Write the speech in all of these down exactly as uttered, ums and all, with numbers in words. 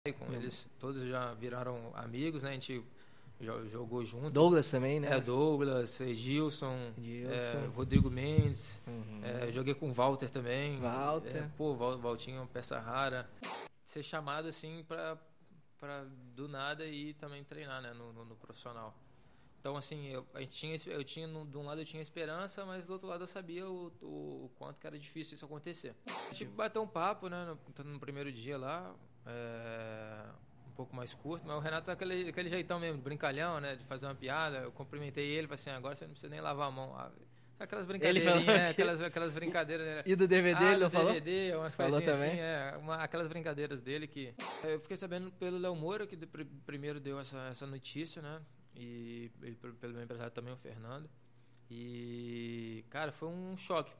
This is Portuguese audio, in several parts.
com eles, todos já viraram amigos, né? A gente jogou junto. Douglas também, né? É, Douglas, Gilson, Gilson. É, Rodrigo Mendes. Uhum. É, joguei com o Walter também. Walter. É, pô, Val, Valtinho é uma peça rara. Ser chamado assim pra, pra do nada e também treinar, né? No, no, no profissional. Então, assim, eu, a gente tinha, eu tinha, de um lado eu tinha esperança, mas do outro lado eu sabia o, o, o quanto que era difícil isso acontecer. A gente bateu um papo, né? No, no primeiro dia lá. É, um pouco mais curto, mas o Renato tá aquele, aquele jeitão mesmo, brincalhão, né, de fazer uma piada. Eu cumprimentei ele, falei assim, agora você não precisa nem lavar a mão. Ah, aquelas brincadeirinhas, né, aquelas, aquelas brincadeiras. Né? E do D V D ah, ele não do falou? D V D, umas falou também? Assim, é, uma, aquelas brincadeiras dele que... Eu fiquei sabendo pelo Léo Moura, que de, primeiro deu essa, essa notícia, né, e, e pelo meu empresário também, o Fernando. E, cara, foi um choque.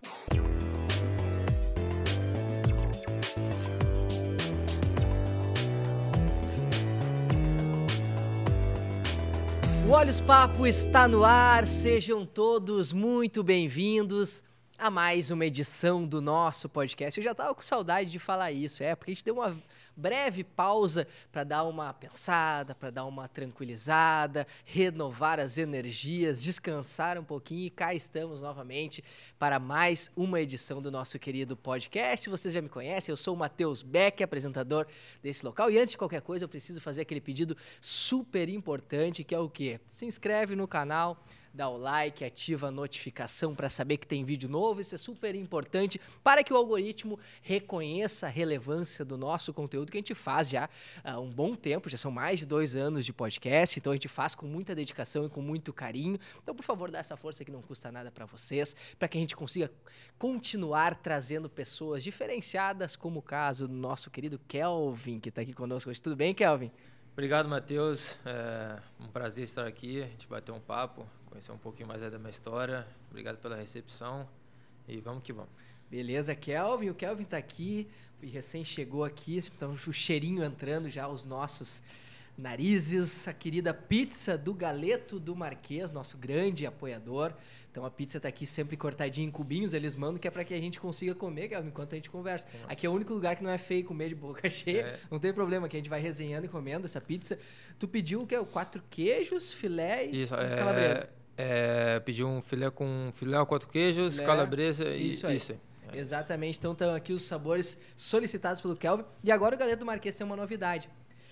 O Olhos Papo está no ar, sejam todos muito bem-vindos a mais uma edição do nosso podcast. Eu já estava com saudade de falar isso, é, porque a gente deu uma breve pausa para dar uma pensada, para dar uma tranquilizada, renovar as energias, descansar um pouquinho e cá estamos novamente para mais uma edição do nosso querido podcast. Vocês já me conhecem, eu sou o Matheus Beck, apresentador desse local, e antes de qualquer coisa eu preciso fazer aquele pedido super importante, que é o quê? Se inscreve no canal, dá o like, ativa a notificação para saber que tem vídeo novo. Isso é super importante para que o algoritmo reconheça a relevância do nosso conteúdo que a gente faz já há um bom tempo, já são mais de dois anos de podcast, então a gente faz com muita dedicação e com muito carinho. Então, por favor, dá essa força que não custa nada para vocês, para que a gente consiga continuar trazendo pessoas diferenciadas, como o caso do nosso querido Kelvin, que está aqui conosco hoje. Tudo bem, Kelvin? Obrigado, Matheus. É um prazer estar aqui, a gente bater um papo, conhecer um pouquinho mais da minha história. Obrigado pela recepção e vamos que vamos. Beleza, Kelvin. O Kelvin está aqui e recém chegou aqui, então o cheirinho entrando já aos nossos narizes. A querida pizza do Galeto do Marquês, nosso grande apoiador. Então a pizza tá aqui sempre cortadinha em cubinhos, eles mandam que é para que a gente consiga comer, Kelvin, enquanto a gente conversa. Aqui é o único lugar que não é feio comer de boca cheia, é. Não tem problema, que a gente vai resenhando e comendo essa pizza. Tu pediu o que? Quatro queijos, filé e isso, é, calabresa. É, pediu um filé com filé, quatro queijos, filé, calabresa e isso aí. Isso aí. É Exatamente, então estão aqui os sabores solicitados pelo Kelvin. E agora o Galeto do Marquês tem uma novidade.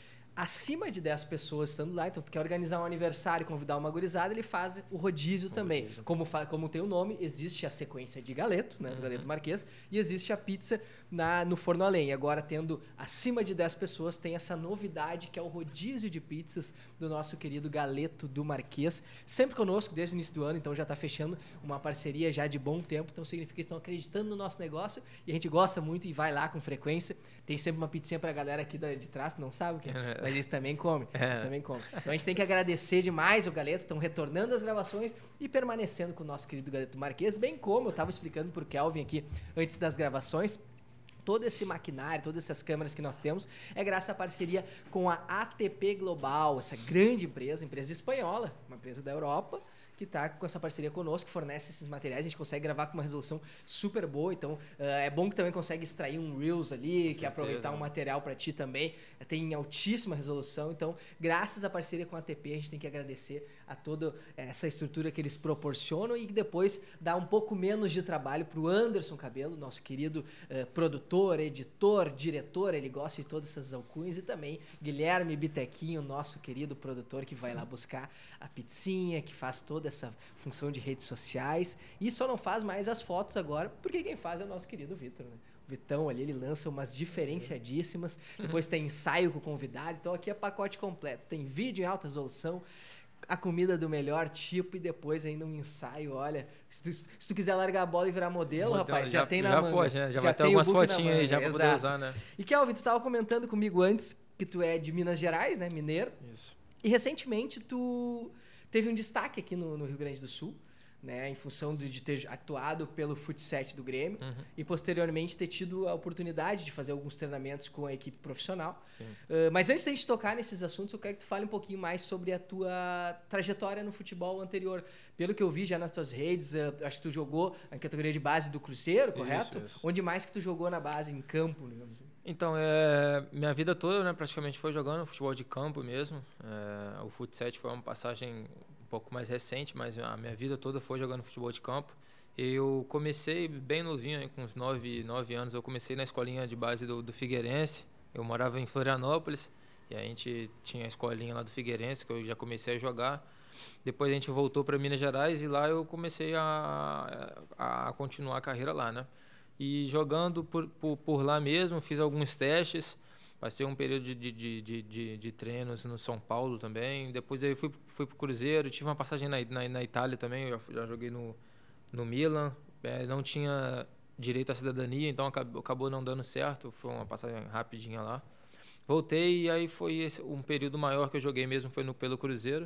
Acima de dez pessoas estando lá, então tu quer organizar um aniversário, convidar uma gurizada, ele faz o rodízio o também. Rodízio. Como, como tem o nome, existe a sequência de galeto, né, do uhum. Galeto Marquês, e existe a pizza na, no forno a lenha. Agora, tendo acima de dez pessoas, tem essa novidade que é o rodízio de pizzas do nosso querido Galeto do Marquês. Sempre conosco, desde o início do ano, então já está fechando uma parceria já de bom tempo, então significa que estão acreditando no nosso negócio e a gente gosta muito e vai lá com frequência. Tem sempre uma pizzinha pra galera aqui de trás, não sabe o que é, mas eles também comem, é. eles também comem. Então a gente tem que agradecer demais o Galeto, estão retornando as gravações e permanecendo com o nosso querido Galeto Marquês, bem como eu estava explicando pro Kelvin aqui antes das gravações. Todo esse maquinário, todas essas câmeras que nós temos é graças à parceria com a A T P Global, essa grande empresa, empresa espanhola, uma empresa da Europa, que está com essa parceria conosco, que fornece esses materiais, a gente consegue gravar com uma resolução super boa, então uh, é bom que também consegue extrair um Reels ali, que aproveitar um material para ti também, tem altíssima resolução, então graças à parceria com a A T P a gente tem que agradecer a toda essa estrutura que eles proporcionam e que depois dá um pouco menos de trabalho para o Anderson Cabelo, nosso querido uh, produtor, editor, diretor, ele gosta de todas essas alcunhas, e também Guilherme Bitequinho, nosso querido produtor, que vai lá buscar a pizzinha, que faz toda essa função de redes sociais e só não faz mais as fotos agora, porque quem faz é o nosso querido Vitor, né? O Vitão ali, ele lança umas diferenciadíssimas, depois tem ensaio com o convidado, então aqui é pacote completo, tem vídeo em alta resolução, a comida do melhor tipo e depois ainda um ensaio, olha, se tu, se tu quiser largar a bola e virar modelo, modelo rapaz, já, já tem na já manga. Pode, né? Já, já vai ter algumas fotinhas aí já pra Exato. poder usar, né? E Kelvin, tu estava comentando comigo antes que tu é de Minas Gerais, né, mineiro. Isso. E recentemente tu teve um destaque aqui no, no Rio Grande do Sul, né, em função de, de ter atuado pelo futsal do Grêmio uhum. e posteriormente ter tido a oportunidade de fazer alguns treinamentos com a equipe profissional. Uh, mas antes de a gente tocar nesses assuntos, eu quero que tu fale um pouquinho mais sobre a tua trajetória no futebol anterior. Pelo que eu vi já nas tuas redes, uh, acho que tu jogou na categoria de base do Cruzeiro, correto? Isso, isso. Onde mais que tu jogou na base, em campo, digamos assim? Então, é, minha vida toda, né, praticamente foi jogando futebol de campo mesmo. É, o futsal foi uma passagem um pouco mais recente, mas a minha vida toda foi jogando futebol de campo. Eu comecei bem novinho, aí, com uns nove, nove anos, eu comecei na escolinha de base do, do Figueirense. Eu morava em Florianópolis e a gente tinha a escolinha lá do Figueirense, que eu já comecei a jogar. Depois a gente voltou para Minas Gerais e lá eu comecei a, a continuar a carreira lá, né? E jogando por, por, por lá mesmo, fiz alguns testes, passei um período de, de, de, de, de treinos no São Paulo também. Depois aí fui, fui para o Cruzeiro, tive uma passagem na, na, na Itália também, eu já, já joguei no, no Milan. É, não tinha direito à cidadania, então acabou, acabou não dando certo, foi uma passagem rapidinha lá. Voltei e aí foi esse, um período maior que eu joguei mesmo, foi no, pelo Cruzeiro.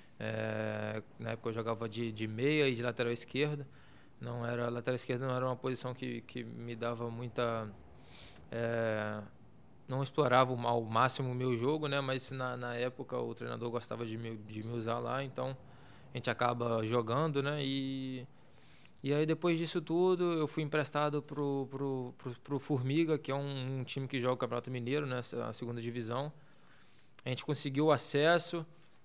É, na época eu jogava de, de meia e de lateral esquerda. Não era lateral esquerda, não era uma posição que, que me dava muita, é, não explorava ao máximo o meu jogo, né? Mas na, na época o treinador gostava de me, de me usar lá, então a gente acaba jogando, né? E, e aí depois disso tudo eu fui emprestado pro, pro, pro, pro Formiga, que é um, um time que joga o Campeonato Mineiro, né? A segunda divisão. A gente conseguiu o acesso.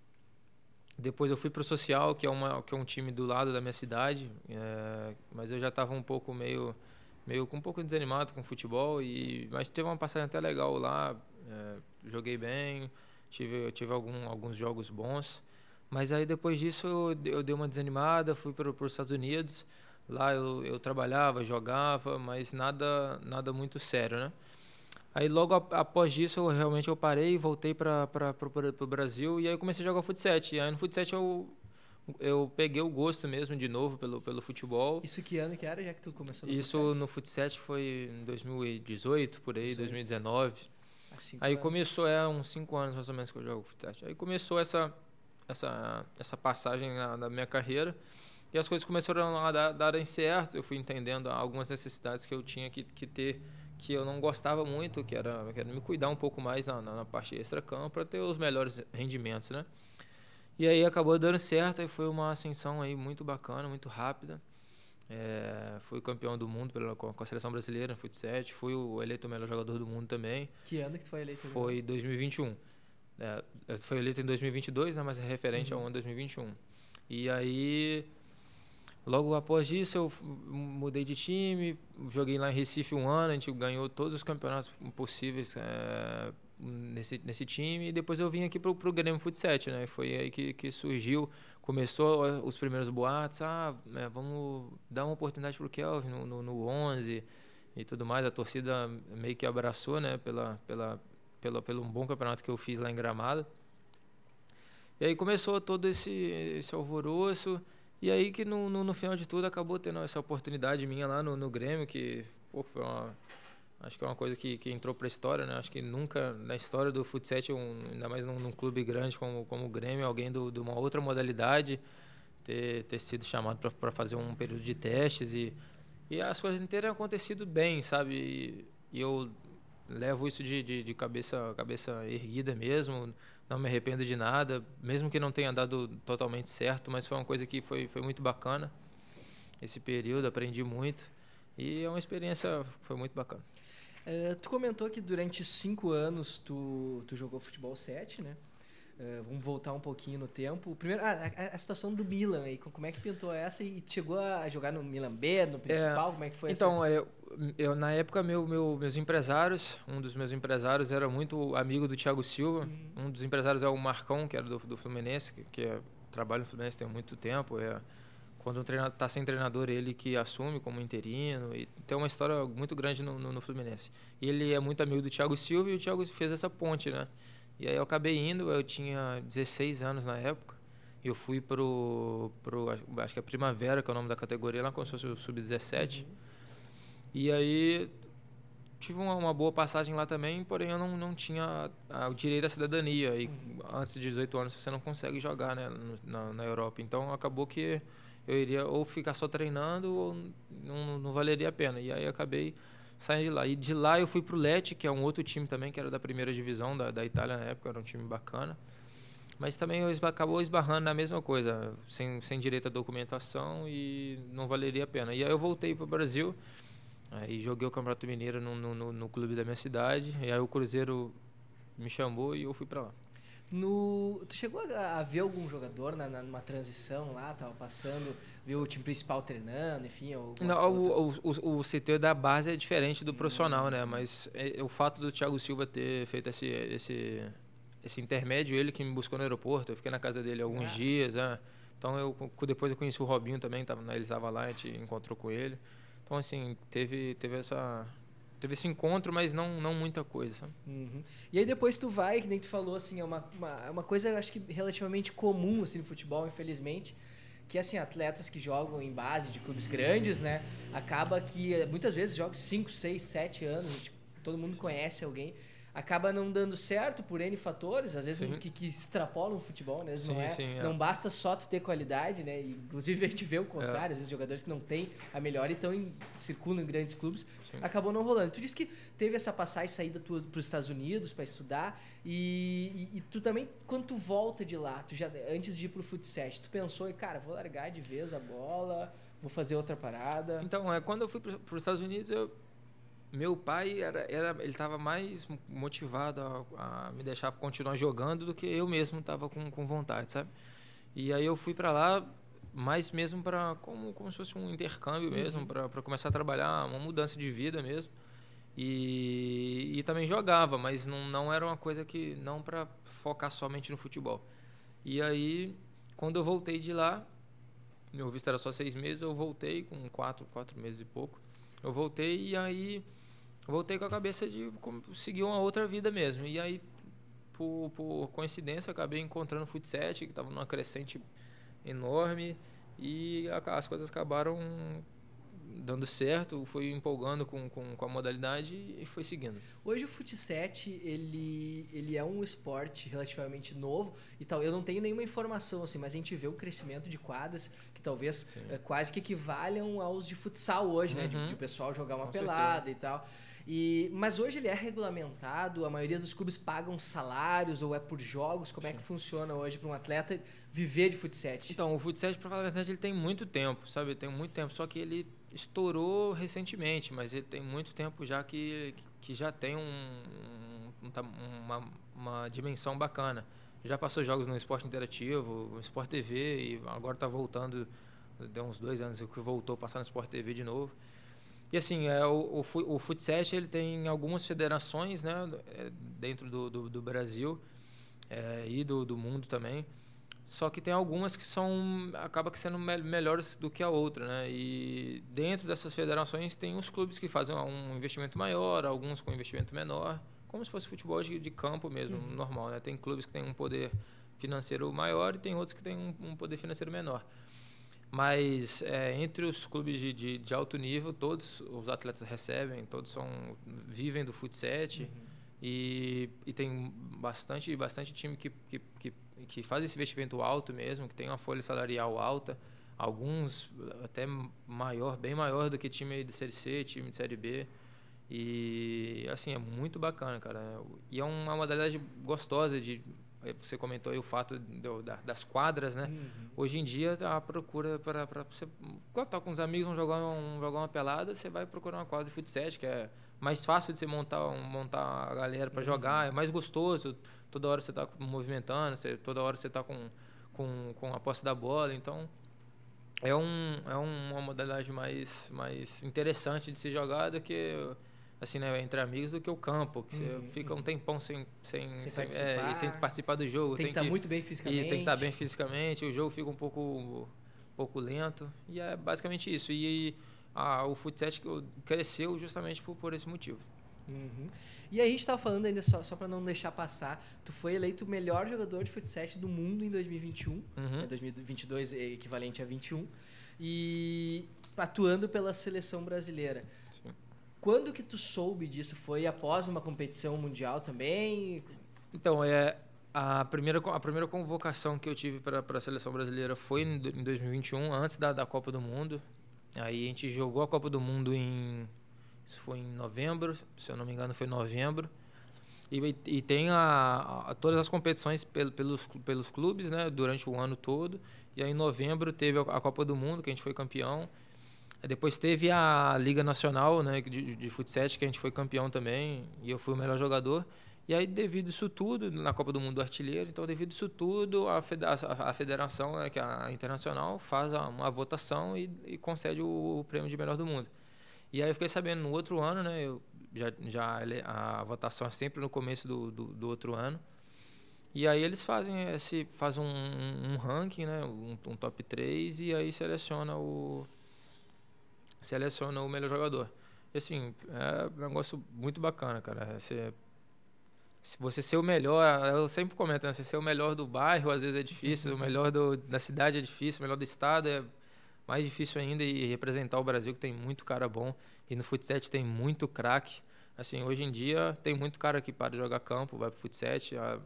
Depois eu fui para o Social, que é, uma, que é um time do lado da minha cidade, é, mas eu já estava um pouco meio, meio com um pouco desanimado com o futebol, e, mas teve uma passagem até legal lá, é, joguei bem, tive, tive algum, alguns jogos bons, mas aí depois disso eu, eu dei uma desanimada, fui para os Estados Unidos, lá eu, eu trabalhava, jogava, mas nada, nada muito sério, né? Aí logo após isso eu realmente eu parei e voltei para o Brasil e aí eu comecei a jogar futsal. E aí no futsal eu, eu peguei o gosto mesmo de novo pelo, pelo futebol. Isso que ano que era, já que tu começou no Isso futsal? no futsal foi em dois mil e dezoito, por aí, dezoito. dois mil e dezenove. Aí anos. começou, é uns cinco anos mais ou menos que eu jogo futsal. Aí começou essa, essa, essa passagem na, na minha carreira e as coisas começaram a dar, darem certo. Eu fui entendendo algumas necessidades que eu tinha que, que ter, que eu não gostava muito, que era, que era me cuidar um pouco mais na, na, na parte extra-campo para ter os melhores rendimentos, né? E aí acabou dando certo, e foi uma ascensão aí muito bacana, muito rápida. É, fui campeão do mundo pela, com a seleção brasileira no futsal, fui o eleito o melhor jogador do mundo também. Que ano que tu foi eleito? Foi dois mil e vinte e um. É, foi eleito em dois mil e vinte e dois, né, mas é referente uhum. ao ano dois mil e vinte e um. E aí, logo após isso, eu mudei de time, joguei lá em Recife um ano, a gente ganhou todos os campeonatos possíveis é, nesse, nesse time, e depois eu vim aqui pro, pro Grêmio Futsal, né? Foi aí que, que surgiu, começou os primeiros boatos, ah, é, vamos dar uma oportunidade pro Kelvin no, no, no onze e tudo mais, a torcida meio que abraçou, né, pela, pela, pela, pelo bom campeonato que eu fiz lá em Gramado. E aí começou todo esse, esse alvoroço. E aí que no, no, no final de tudo acabou tendo essa oportunidade minha lá no, no Grêmio, que pô, foi uma, acho que é uma coisa que, que entrou para a história, né? Acho que nunca na história do futsal, um, ainda mais num, num clube grande como, como o Grêmio, alguém do, de uma outra modalidade ter, ter sido chamado para fazer um período de testes e, e as coisas não terem acontecido bem, sabe? E, e eu levo isso de, de, de cabeça, cabeça erguida mesmo. Não me arrependo de nada, mesmo que não tenha dado totalmente certo, mas foi uma coisa que foi, foi muito bacana. Esse período, aprendi muito e é uma experiência que foi muito bacana. Uh, tu comentou que durante cinco anos tu, tu jogou futebol sete, né? Uh, vamos voltar um pouquinho no tempo. Primeiro, ah, a, a situação do Milan aí, como é que pintou essa e chegou a jogar no Milan B, no principal? É, como é que foi? Então, essa? Eu, eu na época meu, meu, meus empresários, um dos meus empresários era muito amigo do Thiago Silva. Uhum. Um dos empresários é o Marcão, que era do, do Fluminense, que, que é, trabalha no Fluminense tem muito tempo. É, quando o treinador está sem treinador, ele que assume como interino. E tem uma história muito grande no, no, no Fluminense. E ele é muito amigo do Thiago Silva e o Thiago fez essa ponte, né? E aí eu acabei indo, eu tinha dezesseis anos na época. Eu fui pro, pro acho que é Primavera, que é o nome da categoria, lá como se fosse o sub dezessete. Uhum. E aí tive uma, uma boa passagem lá também, porém eu não, não tinha a, o direito à cidadania. E uhum. antes de dezoito anos você não consegue jogar, né, no, na, na Europa. Então acabou que eu iria ou ficar só treinando ou não, não valeria a pena. E aí acabei saindo de lá. E de lá eu fui pro Lecce, que é um outro time também, que era da primeira divisão da, da Itália na época, era um time bacana. Mas também eu esba, acabou esbarrando na mesma coisa, sem, sem direito à documentação e não valeria a pena. E aí eu voltei para o Brasil Aí joguei o Campeonato Mineiro no, no, no, no clube da minha cidade, e aí o Cruzeiro me chamou e eu fui pra lá. No, tu chegou a, a ver algum jogador na, na, numa transição lá, tava passando, viu o time principal treinando, enfim? Não, o, o, o, o C T da base é diferente do profissional, hum. né? Mas é, o fato do Thiago Silva ter feito esse, esse, esse intermédio, ele que me buscou no aeroporto, eu fiquei na casa dele alguns ah. dias, né? Então eu, depois eu conheci o Robinho também, tava, né? Ele estava lá, a gente encontrou com ele. Então, assim, teve, teve essa... Teve esse encontro, mas não, não muita coisa, sabe? Uhum. E aí depois tu vai, que nem tu falou, assim, é uma, uma, uma coisa, acho que relativamente comum, assim, no futebol, infelizmente, que, assim, atletas que jogam em base de clubes grandes, né, acaba que, muitas vezes, jogam cinco, seis, sete anos, tipo, todo mundo conhece alguém, acaba não dando certo por N fatores, às vezes que, que extrapolam o futebol, né? Sim, não, é, sim, é. Não basta só tu ter qualidade, né? E, inclusive a gente vê o contrário, é. Às vezes jogadores que não têm a melhor e estão em, circulam em grandes clubes, sim. Acabou não rolando. Tu disse que teve essa passagem, saída para os Estados Unidos para estudar e, e, e tu também, quando tu volta de lá, tu já, antes de ir pro futsal, tu pensou, cara, vou largar de vez a bola, vou fazer outra parada? Então, é, quando eu fui para os Estados Unidos, eu meu pai era, era ele estava mais motivado a, a me deixar continuar jogando do que eu mesmo estava com, com vontade, sabe? E aí eu fui para lá mais mesmo para como, como se fosse um intercâmbio mesmo, uhum. para começar a trabalhar, uma mudança de vida mesmo. E, e também jogava, mas não, não era uma coisa que não para focar somente no futebol. E aí, quando eu voltei de lá, meu visto era só seis meses, eu voltei com quatro, quatro meses e pouco. Eu voltei e aí voltei com a cabeça de seguir uma outra vida mesmo. E aí, por, por coincidência, eu acabei encontrando o futsal, que estava numa crescente enorme. E a, as coisas acabaram dando certo, fui empolgando com, com, com a modalidade e foi seguindo. Hoje o futsal, ele, ele é um esporte relativamente novo e tal. Eu não tenho nenhuma informação, assim, mas a gente vê o crescimento de quadras que talvez é, quase que equivalham aos de futsal hoje, uhum. né? De, de o pessoal jogar uma com pelada certeza. E tal. E, mas hoje ele é regulamentado, a maioria dos clubes pagam salários ou é por jogos. Como Sim. é que funciona hoje para um atleta viver de futsal? Então, o futsal, para falar a verdade, ele tem muito tempo, sabe? Ele tem muito tempo, só que ele estourou recentemente, mas ele tem muito tempo já que, que já tem um, um, uma, uma dimensão bacana. Já passou jogos no Esporte Interativo, no Sport T V, e agora está voltando, deu uns dois anos que voltou a passar no Sport T V de novo. E assim, é, o, o, o futsal ele tem algumas federações, né, dentro do, do, do Brasil é, e do, do mundo também. Só que tem algumas que são acaba que sendo me melhores do que a outra, né? E dentro dessas federações tem os clubes que fazem um investimento maior, alguns com investimento menor, como se fosse futebol de, de campo mesmo, uhum. normal, né? Tem clubes que têm um poder financeiro maior e tem outros que têm um, um poder financeiro menor. Mas é, entre os clubes de, de, de alto nível, todos os atletas recebem, todos são, vivem do futsal uhum. e, e tem bastante, bastante time que, que, que, que faz esse investimento alto mesmo, que tem uma folha salarial alta, alguns até maior, bem maior do que time de Série C, time de Série B. E assim, é muito bacana, cara. E é uma modalidade gostosa de... Você comentou aí o fato do, da, das quadras, né? Uhum. Hoje em dia, a procura para você... Quando tá com os amigos, vão jogar, um, jogar uma pelada, você vai procurar uma quadra de futsal, que é mais fácil de você montar, um, montar a galera para uhum. jogar, é mais gostoso, toda hora você está movimentando, você, toda hora você está com, com, com a posse da bola, então é, um, é uma modalidade mais, mais interessante de se jogar do que... assim, né, entre amigos do que o campo, que uhum, você fica uhum. um tempão sem, sem, sem, sem, participar. É, sem participar do jogo. Tem, tem que estar tá muito bem fisicamente. E tem que estar tá bem fisicamente, o jogo fica um pouco, um pouco lento, e é basicamente isso. E a, o futsal cresceu justamente por, por esse motivo. Uhum. E aí a gente estava falando ainda, só, só para não deixar passar, tu foi eleito o melhor jogador de futsal do mundo em dois mil e vinte e um, uhum. né, dois mil e vinte e dois equivalente a vinte e um, e atuando pela seleção brasileira. Sim. Quando que tu soube disso? Foi após uma competição mundial também? Então, é, a, primeira, a primeira convocação que eu tive para a seleção brasileira foi em dois mil e vinte e um, antes da, da Copa do Mundo. Aí a gente jogou a Copa do Mundo em... Isso foi em novembro, se eu não me engano foi em novembro. E, e tem a, a, todas as competições pel, pelos, pelos clubes, né, durante o ano todo. E aí em novembro teve a, a Copa do Mundo, que a gente foi campeão. Aí depois teve a Liga Nacional, né, de, de futsal, que a gente foi campeão também, e eu fui o melhor jogador. E aí, devido isso tudo, na Copa do Mundo do Artilheiro, então, devido isso tudo, a, federa a federação, né, que é a internacional, faz uma votação e, e concede o, o prêmio de melhor do mundo. E aí eu fiquei sabendo, no outro ano, né, eu já, já a votação é sempre no começo do, do, do outro ano. E aí eles fazem, esse, fazem um, um ranking, né, um, um top três, e aí seleciona o, seleciona o melhor jogador. E assim, é um negócio muito bacana, cara. Você, se você ser o melhor, eu sempre comento, né, você ser o melhor do bairro, às vezes é difícil, o melhor do, da cidade é difícil, o melhor do estado é mais difícil ainda, e representar o Brasil, que tem muito cara bom, e no futsal tem muito craque. Assim, hoje em dia tem muito cara que para de jogar campo, vai pro futsal,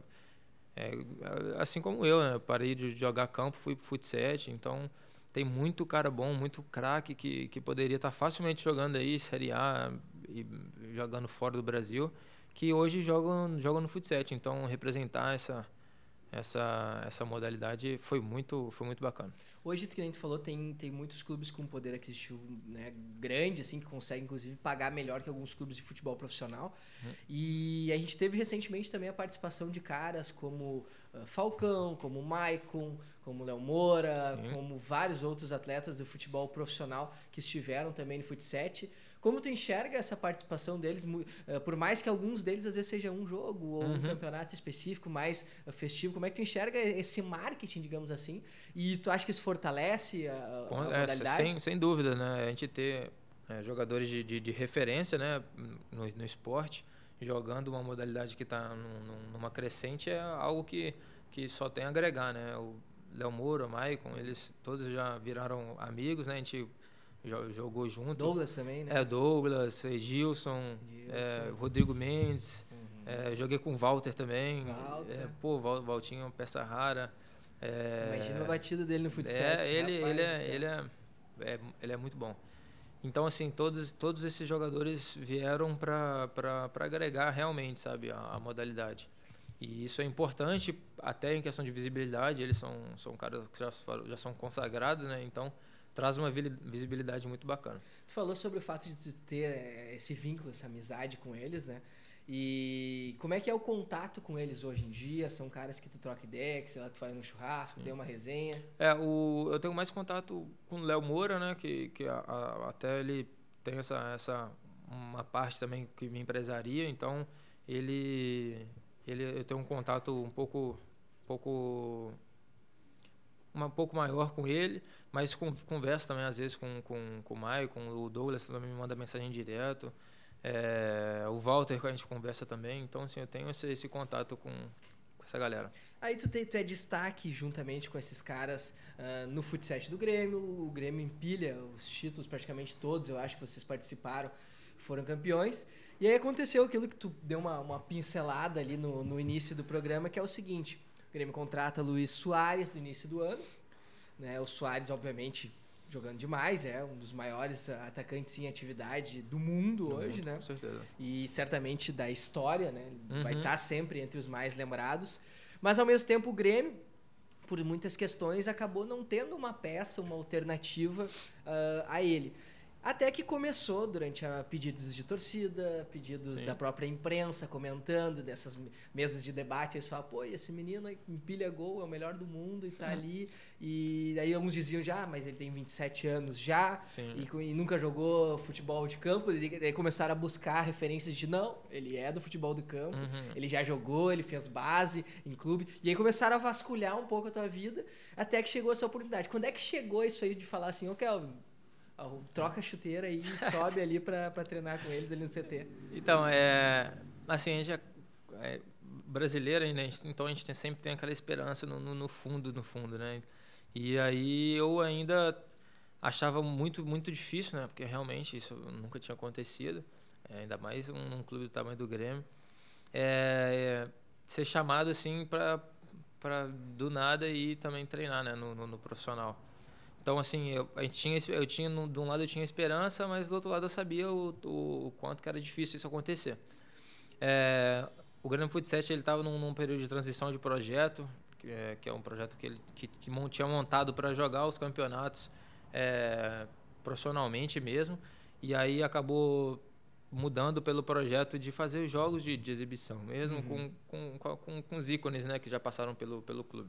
é, assim como eu, né? Parei de jogar campo, fui pro futsal, então tem muito cara bom, muito craque que, que poderia estar facilmente jogando aí Série A e jogando fora do Brasil, que hoje jogam, jogam no futsal. Então representar essa, essa, essa modalidade foi muito, foi muito bacana. Hoje, que a gente falou, tem, tem muitos clubes com poder aquisitivo, né, grande, assim, que conseguem, inclusive, pagar melhor que alguns clubes de futebol profissional. Uhum. E a gente teve recentemente também a participação de caras como uh, Falcão, como Maicon, como Léo Moura, Sim. como vários outros atletas do futebol profissional que estiveram também no futsal. Como tu enxerga essa participação deles, por mais que alguns deles às vezes seja um jogo ou uhum. um campeonato específico mais festivo, como é que tu enxerga esse marketing, digamos assim, e tu acha que isso fortalece a, Com, a é, modalidade? Sem, sem dúvida, né? A gente ter é, jogadores de, de, de referência, né, no, no esporte, jogando uma modalidade que está num, numa crescente é algo que, que só tem a agregar, né? O Léo Moura, o Maicon, eles todos já viraram amigos, né? A gente jogou junto. Douglas também, né? É, Douglas, Edilson, é, Rodrigo Mendes. Uhum. É, joguei com o Walter também. Walter. É, pô, o Valtinho é uma peça rara. É, Imagina a batida dele no futsal. É, ele, ele, é, ele, é, é, ele é muito bom. Então, assim, todos, todos esses jogadores vieram para agregar realmente, sabe, a, a modalidade. E isso é importante, até em questão de visibilidade. Eles são, são caras que já, já são consagrados, né? Então, traz uma visibilidade muito bacana. Tu falou sobre o fato de tu ter esse vínculo, essa amizade com eles, né? E como é que é o contato com eles hoje em dia? São caras que tu troca ideia, que sei lá, tu faz um churrasco, Sim. tem uma resenha? É, o, eu tenho mais contato com o Léo Moura, né? Que, que a, a, até ele tem essa, essa uma parte também que me empresaria, então ele, ele eu tenho um contato um pouco, pouco um pouco maior com ele, mas com, converso também às vezes com, com, com o Maicon, o Douglas também me manda mensagem direto, é, o Walter que a gente conversa também, então assim, eu tenho esse, esse contato com, com essa galera. Aí tu, tem, tu é destaque juntamente com esses caras uh, no futsal do Grêmio, o Grêmio empilha os títulos praticamente todos, eu acho que vocês participaram, foram campeões, e aí aconteceu aquilo que tu deu uma, uma pincelada ali no, no início do programa, que é o seguinte: o Grêmio contrata Luiz Soares no início do ano, né? O Soares, obviamente, jogando demais, é um dos maiores atacantes em atividade do mundo do hoje, mundo, né? Com certeza. E certamente da história, né? Uhum. Vai estar sempre entre os mais lembrados. Mas, ao mesmo tempo, o Grêmio, por muitas questões, acabou não tendo uma peça, uma alternativa uh, a ele. Até que começou durante a pedidos de torcida, pedidos Sim. da própria imprensa comentando dessas mesas de debate. Eles falavam, pô, esse menino empilha gol, é o melhor do mundo e tá Sim. ali. E aí alguns diziam já, mas ele tem vinte e sete anos já e, e nunca jogou futebol de campo. E daí começaram a buscar referências de não, ele é do futebol do campo, uhum. ele já jogou, ele fez base em clube. E aí começaram a vasculhar um pouco a tua vida até que chegou essa oportunidade. Quando é que chegou isso aí de falar assim, ô Kelvin, troca a chuteira e sobe ali pra, pra treinar com eles ali no C T? Então, é, assim, a gente é, é brasileiro, né? Então a gente tem, sempre tem aquela esperança no, no, no fundo, no fundo, né? E aí eu ainda achava muito, muito difícil, né? Porque realmente isso nunca tinha acontecido, é, ainda mais um, um clube do tamanho do Grêmio. É, é, ser chamado assim pra, pra do nada ir também treinar, né? no, no, no profissional. Então, assim, eu, a gente tinha, eu tinha, de um lado eu tinha esperança, mas do outro lado eu sabia o, o, o quanto que era difícil isso acontecer. É, o Grêmio Futsal, ele estava num, num período de transição de projeto, que é, que é um projeto que ele que, que tinha montado para jogar os campeonatos é, profissionalmente mesmo. E aí acabou mudando pelo projeto de fazer os jogos de, de exibição, mesmo uhum. com, com, com, com os ícones, né, que já passaram pelo, pelo clube.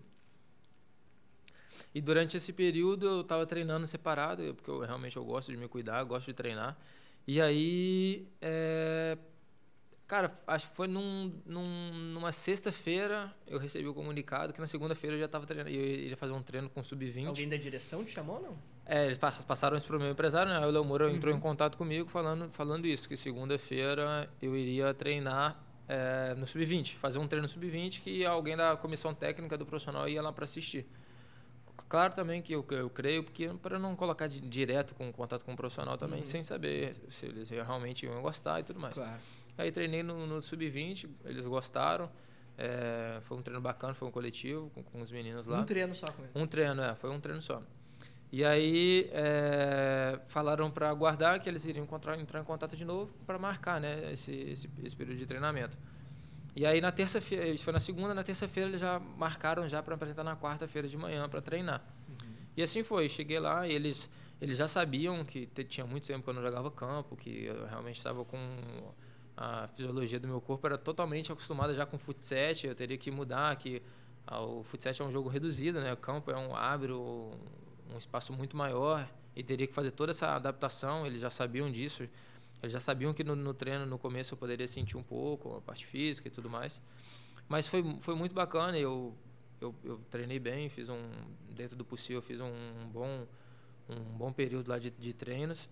E durante esse período eu estava treinando separado, porque eu realmente eu gosto de me cuidar, gosto de treinar. E aí, é, cara, acho que foi num, num, numa sexta-feira eu recebi o comunicado que na segunda-feira eu já estava treinando, eu iria fazer um treino com sub vinte. Alguém da direção te chamou ou não? É, eles passaram isso para o meu empresário, né? O Léo Moura uhum. entrou em contato comigo falando, falando isso, que segunda-feira eu iria treinar é, no sub vinte, fazer um treino sub vinte que alguém da comissão técnica do profissional ia lá para assistir. Claro também que eu, eu creio, porque para não colocar de, direto com contato com o profissional também, uhum. sem saber se eles realmente iam gostar e tudo mais. Claro. Aí treinei no, no sub vinte, eles gostaram, é, foi um treino bacana, foi um coletivo com, com os meninos lá. Um treino só com eles? Um treino, é, foi um treino só. E aí é, falaram para aguardar que eles iriam encontrar, entrar em contato de novo para marcar, né, esse, esse, esse período de treinamento. E aí na terça-feira, isso foi na segunda, na terça-feira eles já marcaram já para apresentar na quarta-feira de manhã para treinar. Uhum. E assim foi, cheguei lá e eles, eles já sabiam que te, tinha muito tempo que eu não jogava campo, que eu realmente estava com a fisiologia do meu corpo, era totalmente acostumada já com futsal, eu teria que mudar, que ah, o futsal é um jogo reduzido, né, o campo é um abre um, um espaço muito maior e teria que fazer toda essa adaptação, eles já sabiam disso. Eles já sabiam que no, no treino, no começo, eu poderia sentir um pouco a parte física e tudo mais. Mas foi, foi muito bacana. Eu, eu, eu treinei bem, fiz um, dentro do possível, fiz um bom, um bom período lá de, de treinos.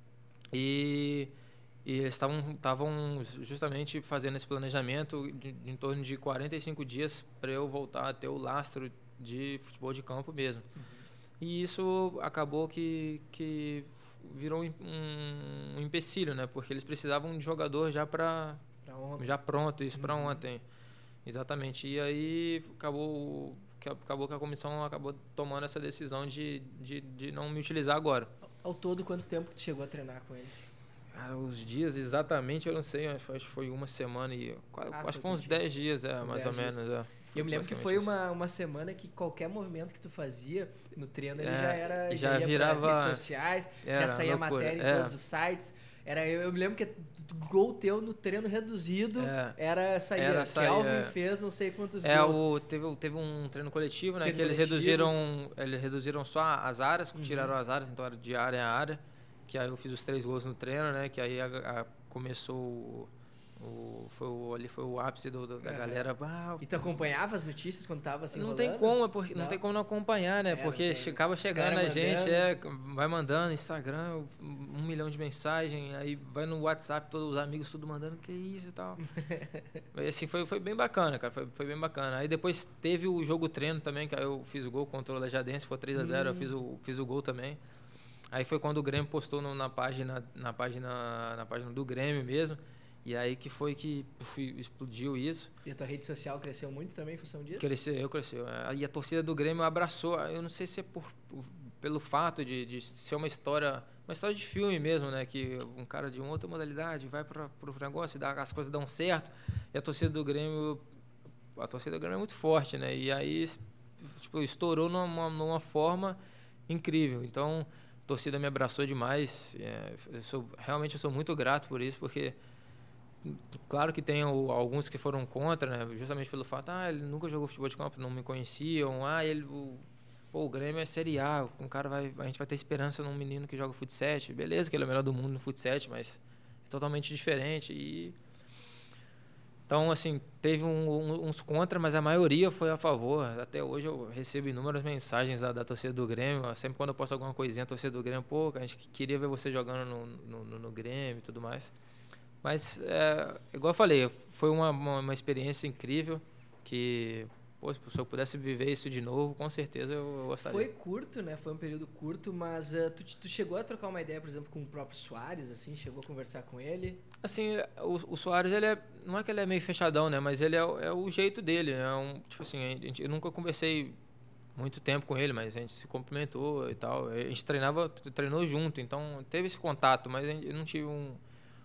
E, e eles estavam justamente fazendo esse planejamento de, de em torno de quarenta e cinco dias para eu voltar a ter o lastro de futebol de campo mesmo. Uhum. E isso acabou que... que virou um, um empecilho, né? Porque eles precisavam de jogador já para já pronto, isso uhum. para ontem. Exatamente. E aí acabou que acabou que a comissão acabou tomando essa decisão de, de, de não me utilizar agora. Ao todo, quanto tempo que tu chegou a treinar com eles? Ah, os dias exatamente, eu não sei, acho que foi uma semana e ah, acho que foi uns dez dias, é, mais ou menos. É. Eu me lembro que foi uma, uma semana que qualquer movimento que tu fazia no treino ele é, já era já, já ia virava redes sociais, já saía loucura. Matéria em é. todos os sites. Era, eu, eu me lembro que gol teu no treino reduzido é. era sair. Era sair, Kelvin é. fez não sei quantos é, gols. O, teve, teve um treino coletivo, né? Treino que eles coletivo. reduziram, eles reduziram só as áreas, uhum. tiraram as áreas, então era de área a área. Que aí eu fiz os três gols no treino, né? Que aí a, a, começou o, o, foi o, ali foi o ápice do, do, da é. galera. Ah, e tu acompanhava as notícias quando tava assim? Não rolando? tem como, porque, não. não tem como não acompanhar, né? É, porque acaba chegando a gente, é, vai mandando Instagram, um milhão de mensagens, aí vai no WhatsApp, todos os amigos tudo mandando, que isso e tal. Mas assim, foi, foi bem bacana, cara, foi, foi bem bacana. Aí depois teve o jogo treino também, que aí eu fiz o gol contra o Lajadense, foi três a zero, hum. eu fiz o, fiz o gol também. Aí foi quando o Grêmio postou no, na, página, na, página, na página do Grêmio mesmo. E aí que foi que fui, explodiu isso. E a tua rede social cresceu muito também em função disso? Cresceu, cresceu. E a torcida do Grêmio abraçou. Eu não sei se é por, por, pelo fato de, de ser uma história, uma história de filme mesmo, né? Que um cara de uma outra modalidade vai para o negócio e dá, as coisas dão certo. E a torcida do Grêmio, a torcida do Grêmio é muito forte, né? E aí tipo, estourou numa, numa forma incrível. Então... A torcida me abraçou demais. É, eu sou, realmente eu sou muito grato por isso, porque claro que tem alguns que foram contra, né, justamente pelo fato, ah, ele nunca jogou futebol de campo, não me conheciam, ah, ele, o, pô, o Grêmio é Série A, um cara vai, a gente vai ter esperança num menino que joga futsal, beleza que ele é o melhor do mundo no futsal, mas é totalmente diferente. E então, assim, teve um, um, uns contra, mas a maioria foi a favor. Até hoje eu recebo inúmeras mensagens da, da torcida do Grêmio. Sempre quando eu posto alguma coisinha, a torcida do Grêmio, pô, a gente queria ver você jogando no, no, no, no Grêmio e tudo mais. Mas, é, igual eu falei, foi uma, uma, uma experiência incrível que... Pô, se eu pudesse viver isso de novo, com certeza eu, eu gostaria. Foi curto, né? Foi um período curto, mas uh, tu, tu chegou a trocar uma ideia, por exemplo, com o próprio Soares, assim? Chegou a conversar com ele? Assim, o, o Soares, ele é... Não é que ele é meio fechadão, né? Mas ele é, é o jeito dele. É um, tipo assim, a gente, eu nunca conversei muito tempo com ele, mas a gente se cumprimentou e tal. A gente treinava, treinou junto, então teve esse contato, mas eu não tive um,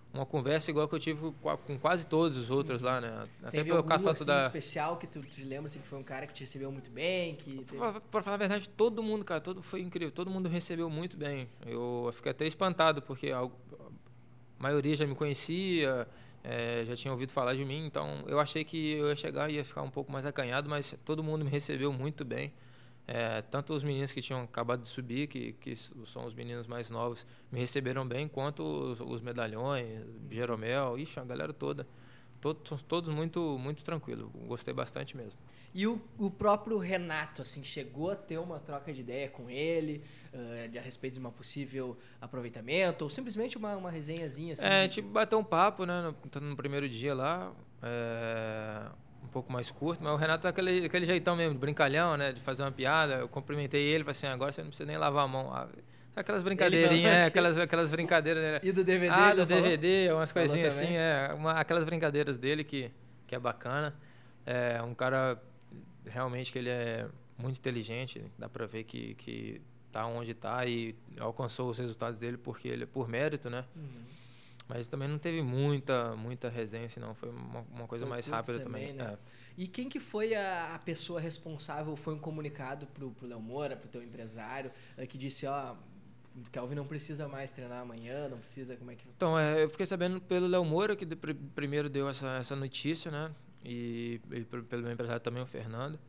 uma conversa igual que eu tive com, com quase todos os outros lá, né? Até Teve algum assim, da... especial que tu te lembra assim, que foi um cara que te recebeu muito bem? Que teve... pra, pra falar a verdade, todo mundo, cara, todo, foi incrível. Todo mundo recebeu muito bem. Eu fiquei até espantado, porque a, a maioria já me conhecia, é, já tinha ouvido falar de mim, então eu achei que eu ia chegar e ia ficar um pouco mais acanhado, mas todo mundo me recebeu muito bem. É, tanto os meninos que tinham acabado de subir, que, que são os meninos mais novos, me receberam bem, quanto os, os medalhões, Jeromel, ixi, a galera toda. Todos, todos muito, muito tranquilos, gostei bastante mesmo. E o, o próprio Renato, assim, chegou a ter uma troca de ideia com ele, uh, de, a respeito de uma possível aproveitamento, ou simplesmente uma, uma resenhazinha? Assim, é, de... a gente bateu um papo, né, no, no primeiro dia lá, é... um pouco mais curto, mas o Renato é aquele, aquele jeitão mesmo, de brincalhão, né, de fazer uma piada. Eu cumprimentei ele, falei assim, agora você não precisa nem lavar a mão. Ah, aquelas brincadeirinhas, é, aquelas, aquelas brincadeiras. Né? E do D V D? Ah, do D V D, umas falou coisinhas também. Assim, é, uma, aquelas brincadeiras dele que, que é bacana. É um cara, realmente, que ele é muito inteligente, dá pra ver que, que tá onde tá e alcançou os resultados dele porque ele é por mérito, né? Uhum. Mas também não teve muita, muita resenha, não. Foi uma, uma coisa foi mais rápida também. também. Né? É. E quem que foi a, a pessoa responsável? Foi um comunicado pro, pro Léo Moura, pro teu empresário, que disse, ó, o Kelvin não precisa mais treinar amanhã, não precisa, como é que... Então, é, eu fiquei sabendo pelo Léo Moura, que de, pr primeiro deu essa, essa notícia, né? E, e pelo meu empresário também, o Fernando.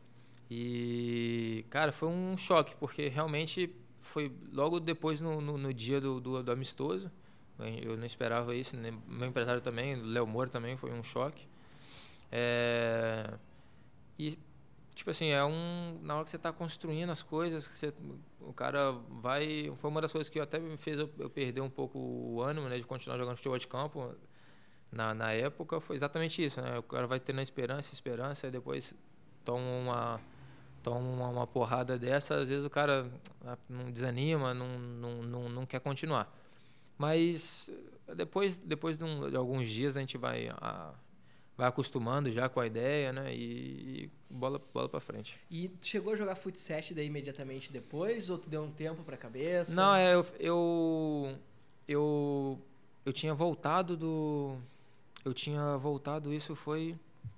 E, cara, foi um choque, porque realmente foi logo depois, no, no, no dia do, do, do amistoso. Eu não esperava isso, né? Meu empresário também, o Léo Moura também, foi um choque. É... E, tipo assim, é um... na hora que você está construindo as coisas, que você... o cara vai... Foi uma das coisas que até me fez eu, eu perder um pouco o ânimo, né, de continuar jogando futebol de campo na, na época, foi exatamente isso, né? O cara vai tendo esperança, esperança, e depois toma uma... toma uma, uma porrada dessa, às vezes o cara não desanima, não, não, não, não quer continuar. Mas depois, depois de, um, de alguns dias a gente vai, a, vai acostumando já com a ideia, né? E, e bola, bola para frente. E tu chegou a jogar futsal daí imediatamente depois? Ou tu deu um tempo para a cabeça? Não, é, eu, eu, eu, eu tinha voltado do... Eu tinha voltado, isso foi...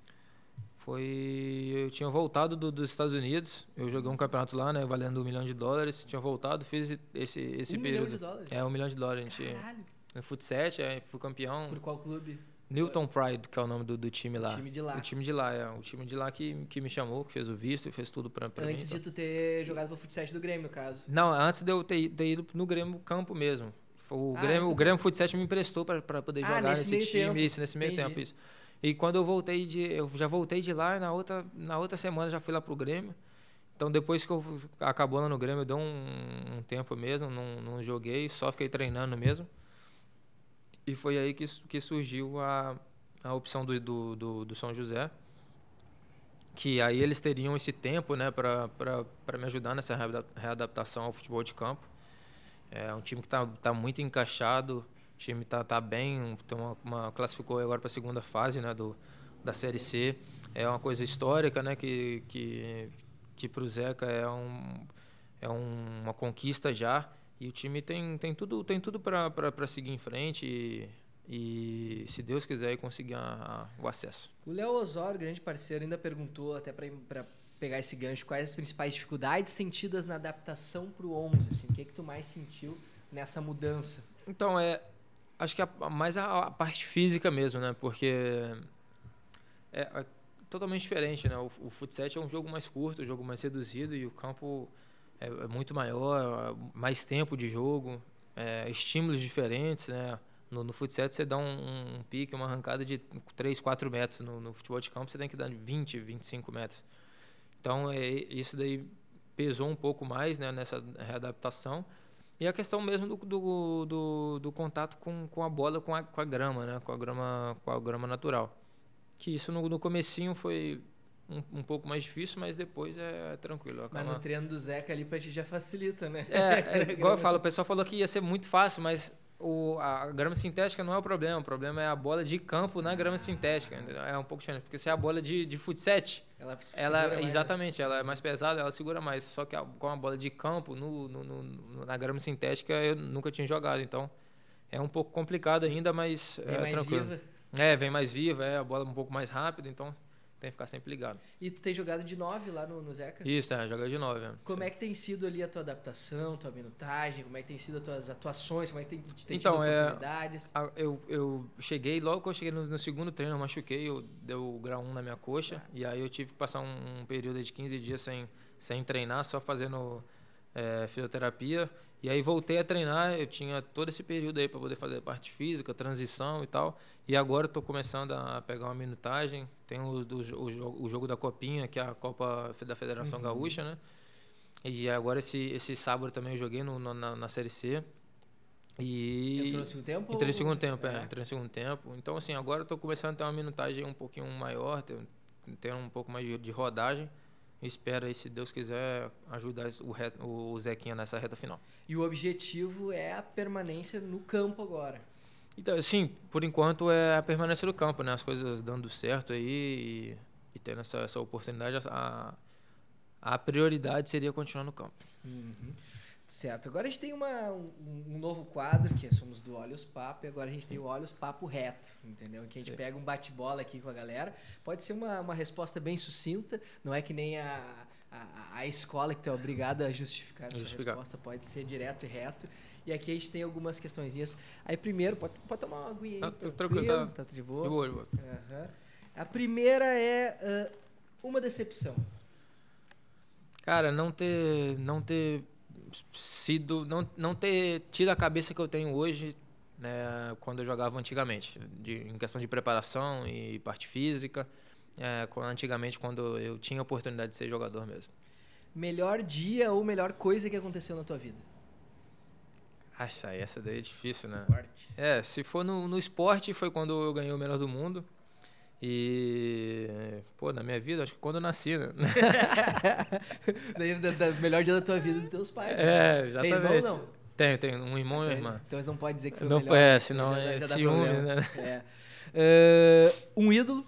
Foi... Eu tinha voltado do, dos Estados Unidos. Eu joguei um campeonato lá, né? Valendo um milhão de dólares. Tinha voltado, fiz esse, esse um período. Um milhão de dólares? É, um milhão de dólares. A gente, caralho! No futsal, é, fui campeão. Por qual clube? Newton Pride, que é o nome do, do time lá. O time de lá. O time de lá, é. O time de lá que, que me chamou, que fez o visto, fez tudo pra, pra antes mim. Antes de então. tu ter jogado pro futsal do Grêmio, no caso? Não, antes de eu ter, ter ido no Grêmio campo mesmo. O ah, Grêmio, o Grêmio Futsal me emprestou pra, pra poder ah, jogar nesse nesse meio time. Tempo. Isso, nesse meio Entendi. tempo, isso. E quando eu voltei de... Eu já voltei de lá e na outra, na outra semana já fui lá pro Grêmio. Então, depois que eu acabou lá no Grêmio, eu dei um, um tempo mesmo, não, não joguei, só fiquei treinando mesmo. E foi aí que, que surgiu a, a opção do, do, do, do São José. Que aí eles teriam esse tempo, né, para me ajudar nessa readaptação ao futebol de campo. É um time que está tá muito encaixado. O time tá, tá bem, tem uma, uma, classificou agora para a segunda fase, né, do, da Série C. É uma coisa histórica, né, que, que, que para o Zeca é, um, é um, uma conquista já. E o time tem, tem tudo, tem tudo para seguir em frente e, e, se Deus quiser, conseguir a, a, o acesso. O Léo Osório, grande parceiro, ainda perguntou, até para pegar esse gancho, quais as principais dificuldades sentidas na adaptação para o onze? Assim, o que, é que tu mais sentiu nessa mudança? Então, é... Acho que a, mais a, a parte física mesmo, né? Porque é, é totalmente diferente, né? O, o futsal é um jogo mais curto, um jogo mais reduzido e o campo é, é muito maior, mais tempo de jogo, é, estímulos diferentes, né? No, no futsal você dá um, um pique, uma arrancada de três, quatro metros. No, no futebol de campo você tem que dar vinte, vinte e cinco metros. Então, é, isso daí pesou um pouco mais, né? Nessa readaptação. E a questão mesmo do, do, do, do contato com, com a bola, com a, com a grama, né? Com a grama, com a grama natural. Que isso no, no comecinho foi um, um pouco mais difícil, mas depois é, é tranquilo. Acaba... Mas no treino do Zeca ali pra ti já facilita, né? É, é igual eu falo, o pessoal falou que ia ser muito fácil, mas o, a grama sintética não é o problema. O problema é a bola de campo na grama sintética. Entendeu? É um pouco diferente, porque se é a bola de, de futsal, ela, ela mais, exatamente, né? Ela é mais pesada, ela segura mais. Só que a, com a bola de campo no, no, no, na grama sintética eu nunca tinha jogado, então é um pouco complicado ainda, mas Vem é mais tranquilo. viva. É, vem mais viva, é a bola um pouco mais rápida, então tem que ficar sempre ligado. E tu tem jogado de nove lá no, no Zeca? Isso, é, joga de nove. É. Como é que tem sido ali a tua adaptação, tua minutagem? Como é que tem sido as tuas atuações? Como é que tem, tem Então, tido é, oportunidades? a- eu, eu cheguei, logo que eu cheguei no, no segundo treino, eu machuquei, eu deu grau um na minha coxa, e aí eu tive que passar um, um período de quinze dias sem, sem treinar, só fazendo é, fisioterapia. E aí voltei a treinar, eu tinha todo esse período aí para poder fazer a parte física, transição e tal. E agora estou começando a pegar uma minutagem. Tem o, do, o, jogo, o jogo da Copinha, que é a Copa da Federação Uhum. Gaúcha, né? E agora esse, esse sábado também eu joguei no, no, na, na Série C. E Entrou no segundo tempo? entrei no ou- segundo tempo, é. É. Entrei no segundo tempo. Então, assim, agora estou começando a ter uma minutagem um pouquinho maior, ter, ter um pouco mais de, de rodagem. Espero aí, se Deus quiser, ajudar o, re- o Zequinha nessa reta final. E o objetivo é a permanência no campo agora. Então, assim, por enquanto é a permanência do campo, né? As coisas dando certo aí e, e tendo essa, essa oportunidade, a, a prioridade seria continuar no campo. Uhum. Certo. Agora a gente tem uma, um, um novo quadro, que somos do Olhos Papo, e agora a gente tem o Olhos Papo Reto, entendeu? Que a gente Sim. pega um bate-bola aqui com a galera. Pode ser uma, uma resposta bem sucinta, não é que nem a, a, a escola que tu é obrigado a justificar a sua Justificar. resposta, pode ser direto e reto. E aqui a gente tem algumas questõezinhas. Aí primeiro, pode, pode tomar uma aguinha aí, Tá, tranquilo, tranquilo, tá- tá tudo de boa. De boa, de boa. Aham. A primeira é ah, uma decepção. Cara, não ter, não ter sido, não, não ter tido a cabeça que eu tenho hoje, né, quando eu jogava antigamente, de, em questão de preparação e parte física, é, quando- antigamente quando eu tinha a oportunidade de ser jogador mesmo. Melhor dia ou melhor coisa que aconteceu na tua vida? Acha, essa daí é difícil, né? Forte. É, se for no, no esporte, foi quando eu ganhei o melhor do mundo. E, pô, na minha vida, acho que quando eu nasci, né? Daí, da, da- melhor dia da tua vida dos teus pais. né? É, Tem exatamente. irmão, não? Tenho, tenho um irmão e uma Tem- irmã. Então eles não podem dizer que foi Não o melhor. foi, é, senão já- é já dá ciúmes, problema. né? É. Eh, um ídolo?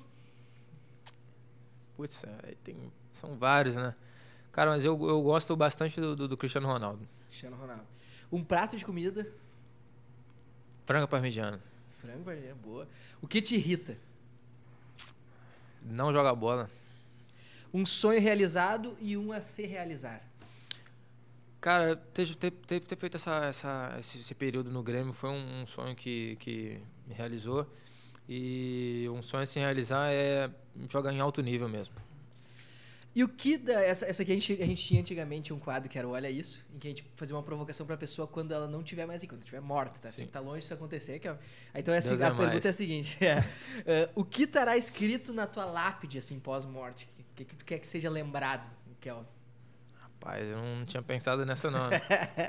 Putz, aí tem, são vários, né? Cara, mas eu, eu gosto bastante do, do, do Cristiano Ronaldo. Cristiano Ronaldo. Um prato de comida? Frango parmegiano. Frango, é boa. O que te irrita? Não joga bola. Um sonho realizado e um a se realizar. Cara, ter, ter, ter, ter feito essa, essa, esse, esse período no Grêmio foi um, um sonho que, que me realizou. E um sonho a se realizar é jogar em alto nível mesmo. E o que da, essa, essa aqui a gente, a gente tinha antigamente um quadro que era o Olha Isso, em que a gente fazia uma provocação pra pessoa quando ela não estiver mais aqui, quando estiver morta, tá? Assim, Sim. tá longe disso acontecer. Que é, então é assim, Deus a é pergunta mais. é a seguinte: é, é, o que estará escrito na tua lápide, assim, pós-morte? O que, que tu quer que seja lembrado, Kelvin? Rapaz, eu não tinha pensado nessa não. né?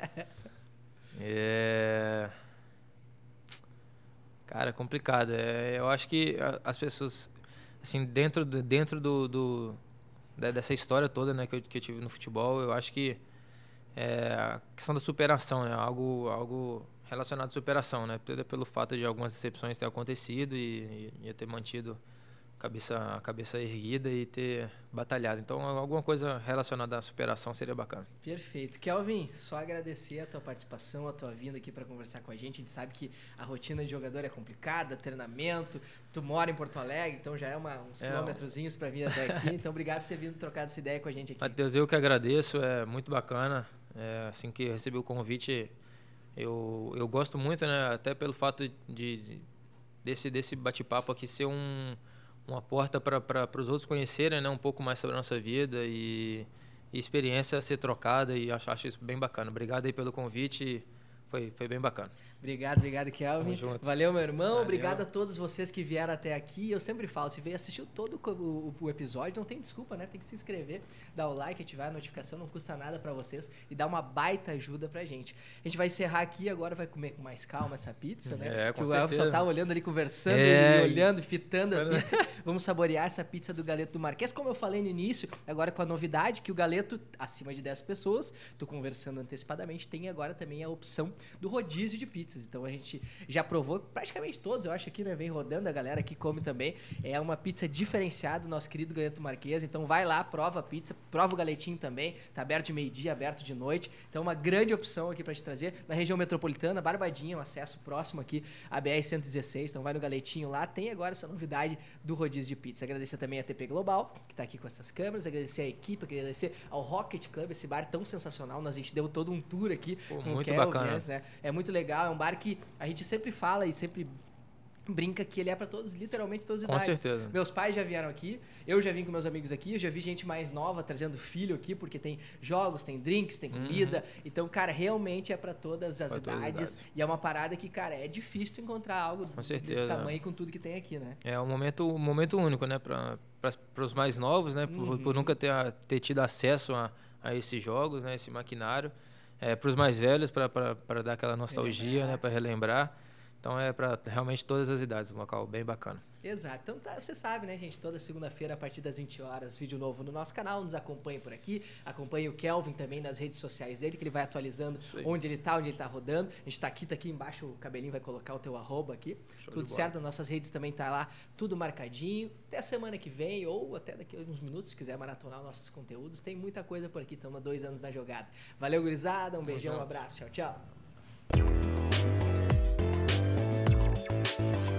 É... Cara, é complicado. É, eu acho que a- as pessoas, assim, dentro, do- dentro do, do- da- dessa história toda, né, que eu, que eu tive no futebol, eu acho que é a questão da superação, né, algo, algo relacionado à superação, né, pelo, pelo fato de algumas decepções ter acontecido e, e eu ter mantido a cabeça, a cabeça erguida e ter batalhado. Então, alguma coisa relacionada à superação seria bacana. Perfeito. Kelvin, só agradecer a tua participação, a tua vinda aqui para conversar com a gente. A gente sabe que a rotina de jogador é complicada, treinamento. Tu mora em Porto Alegre, então já é uma, uns É, quilômetrozinhos para vir até aqui. Então, obrigado por ter vindo trocar essa ideia com a gente aqui. Matheus, eu que agradeço, é muito bacana. É, assim que eu recebi o convite, eu, eu gosto muito, né? Até pelo fato de, de- desse, desse bate-papo aqui ser um, uma porta para os outros conhecerem, né? Um pouco mais sobre a nossa vida e, e experiência a ser trocada, e acho, acho isso bem bacana. Obrigado aí pelo convite, foi, foi bem bacana. Obrigado, obrigado, Kelvin. Tamo junto. Valeu, meu irmão. Valeu. Obrigado a todos vocês que vieram até aqui. Eu sempre falo, se veio assistiu todo o, o- o episódio, não tem desculpa, né? Tem que se inscrever, dar o like, ativar a notificação, não custa nada pra vocês e dá uma baita ajuda pra gente. A gente vai encerrar aqui, agora vai comer com mais calma essa pizza, né? É, que com o Elvis só certeza. tá olhando ali, conversando É, e e- olhando e fitando a pizza. Vamos saborear essa pizza do Galeto do Marquês, como eu falei no início, agora com a novidade que o Galeto, acima de dez pessoas, tô conversando antecipadamente, tem agora também a opção do rodízio de pizza. pizzas. Então a gente já provou praticamente todos, eu acho aqui, né? Vem rodando, a galera aqui come também. É uma pizza diferenciada do nosso querido Galeto Marques. Então vai lá, prova a pizza, prova o galetinho também. Tá aberto de meio-dia, aberto de noite. Então uma grande opção aqui pra te trazer. Na região metropolitana, Barbadinha, um acesso próximo aqui à B R cento e dezesseis. Então vai no galetinho lá. Tem agora essa novidade do rodízio de pizza. Agradecer também a T P Global, que tá aqui com essas câmeras. Agradecer a equipe, agradecer ao Rocket Club, esse bar tão sensacional. Nós, a gente deu todo um tour aqui. Pô, com muito o Kelvin, bacana. né? É muito legal. É um bar que a gente sempre fala e sempre brinca que ele é para todos, literalmente todas as Com idades. certeza. Meus pais já vieram aqui, eu já vim com meus amigos aqui, eu já vi gente mais nova trazendo filho aqui, porque tem jogos, tem drinks, tem comida. Uhum. Então, cara, realmente é para todas as pra idades. todas as idades. E é uma parada que, cara, é difícil encontrar algo com certeza, desse tamanho com tudo que tem aqui, né? É um momento, um momento único, né? Para os mais novos, né? Por, Uhum. por nunca ter, ter tido acesso a, a esses jogos, né? Esse maquinário. É, para os mais velhos, para dar aquela nostalgia, relembrar. Né? Para relembrar. Então é para realmente todas as idades, um local bem bacana. Exato. Então tá, você sabe, né, gente? Toda segunda-feira, a partir das vinte horas, vídeo novo no nosso canal. Nos acompanhe por aqui. Acompanhe o Kelvin também nas redes sociais dele, que ele vai atualizando onde ele tá, onde ele tá rodando. A gente tá aqui, tá aqui embaixo, o cabelinho vai colocar o teu arroba aqui. Show tudo certo, nossas redes também tá lá, tudo marcadinho. Até a semana que vem, ou até daqui a uns minutos, se quiser maratonar os nossos conteúdos. Tem muita coisa por aqui, estamos há dois anos na jogada. Valeu, gurizada, um beijão, um abraço, tchau, tchau.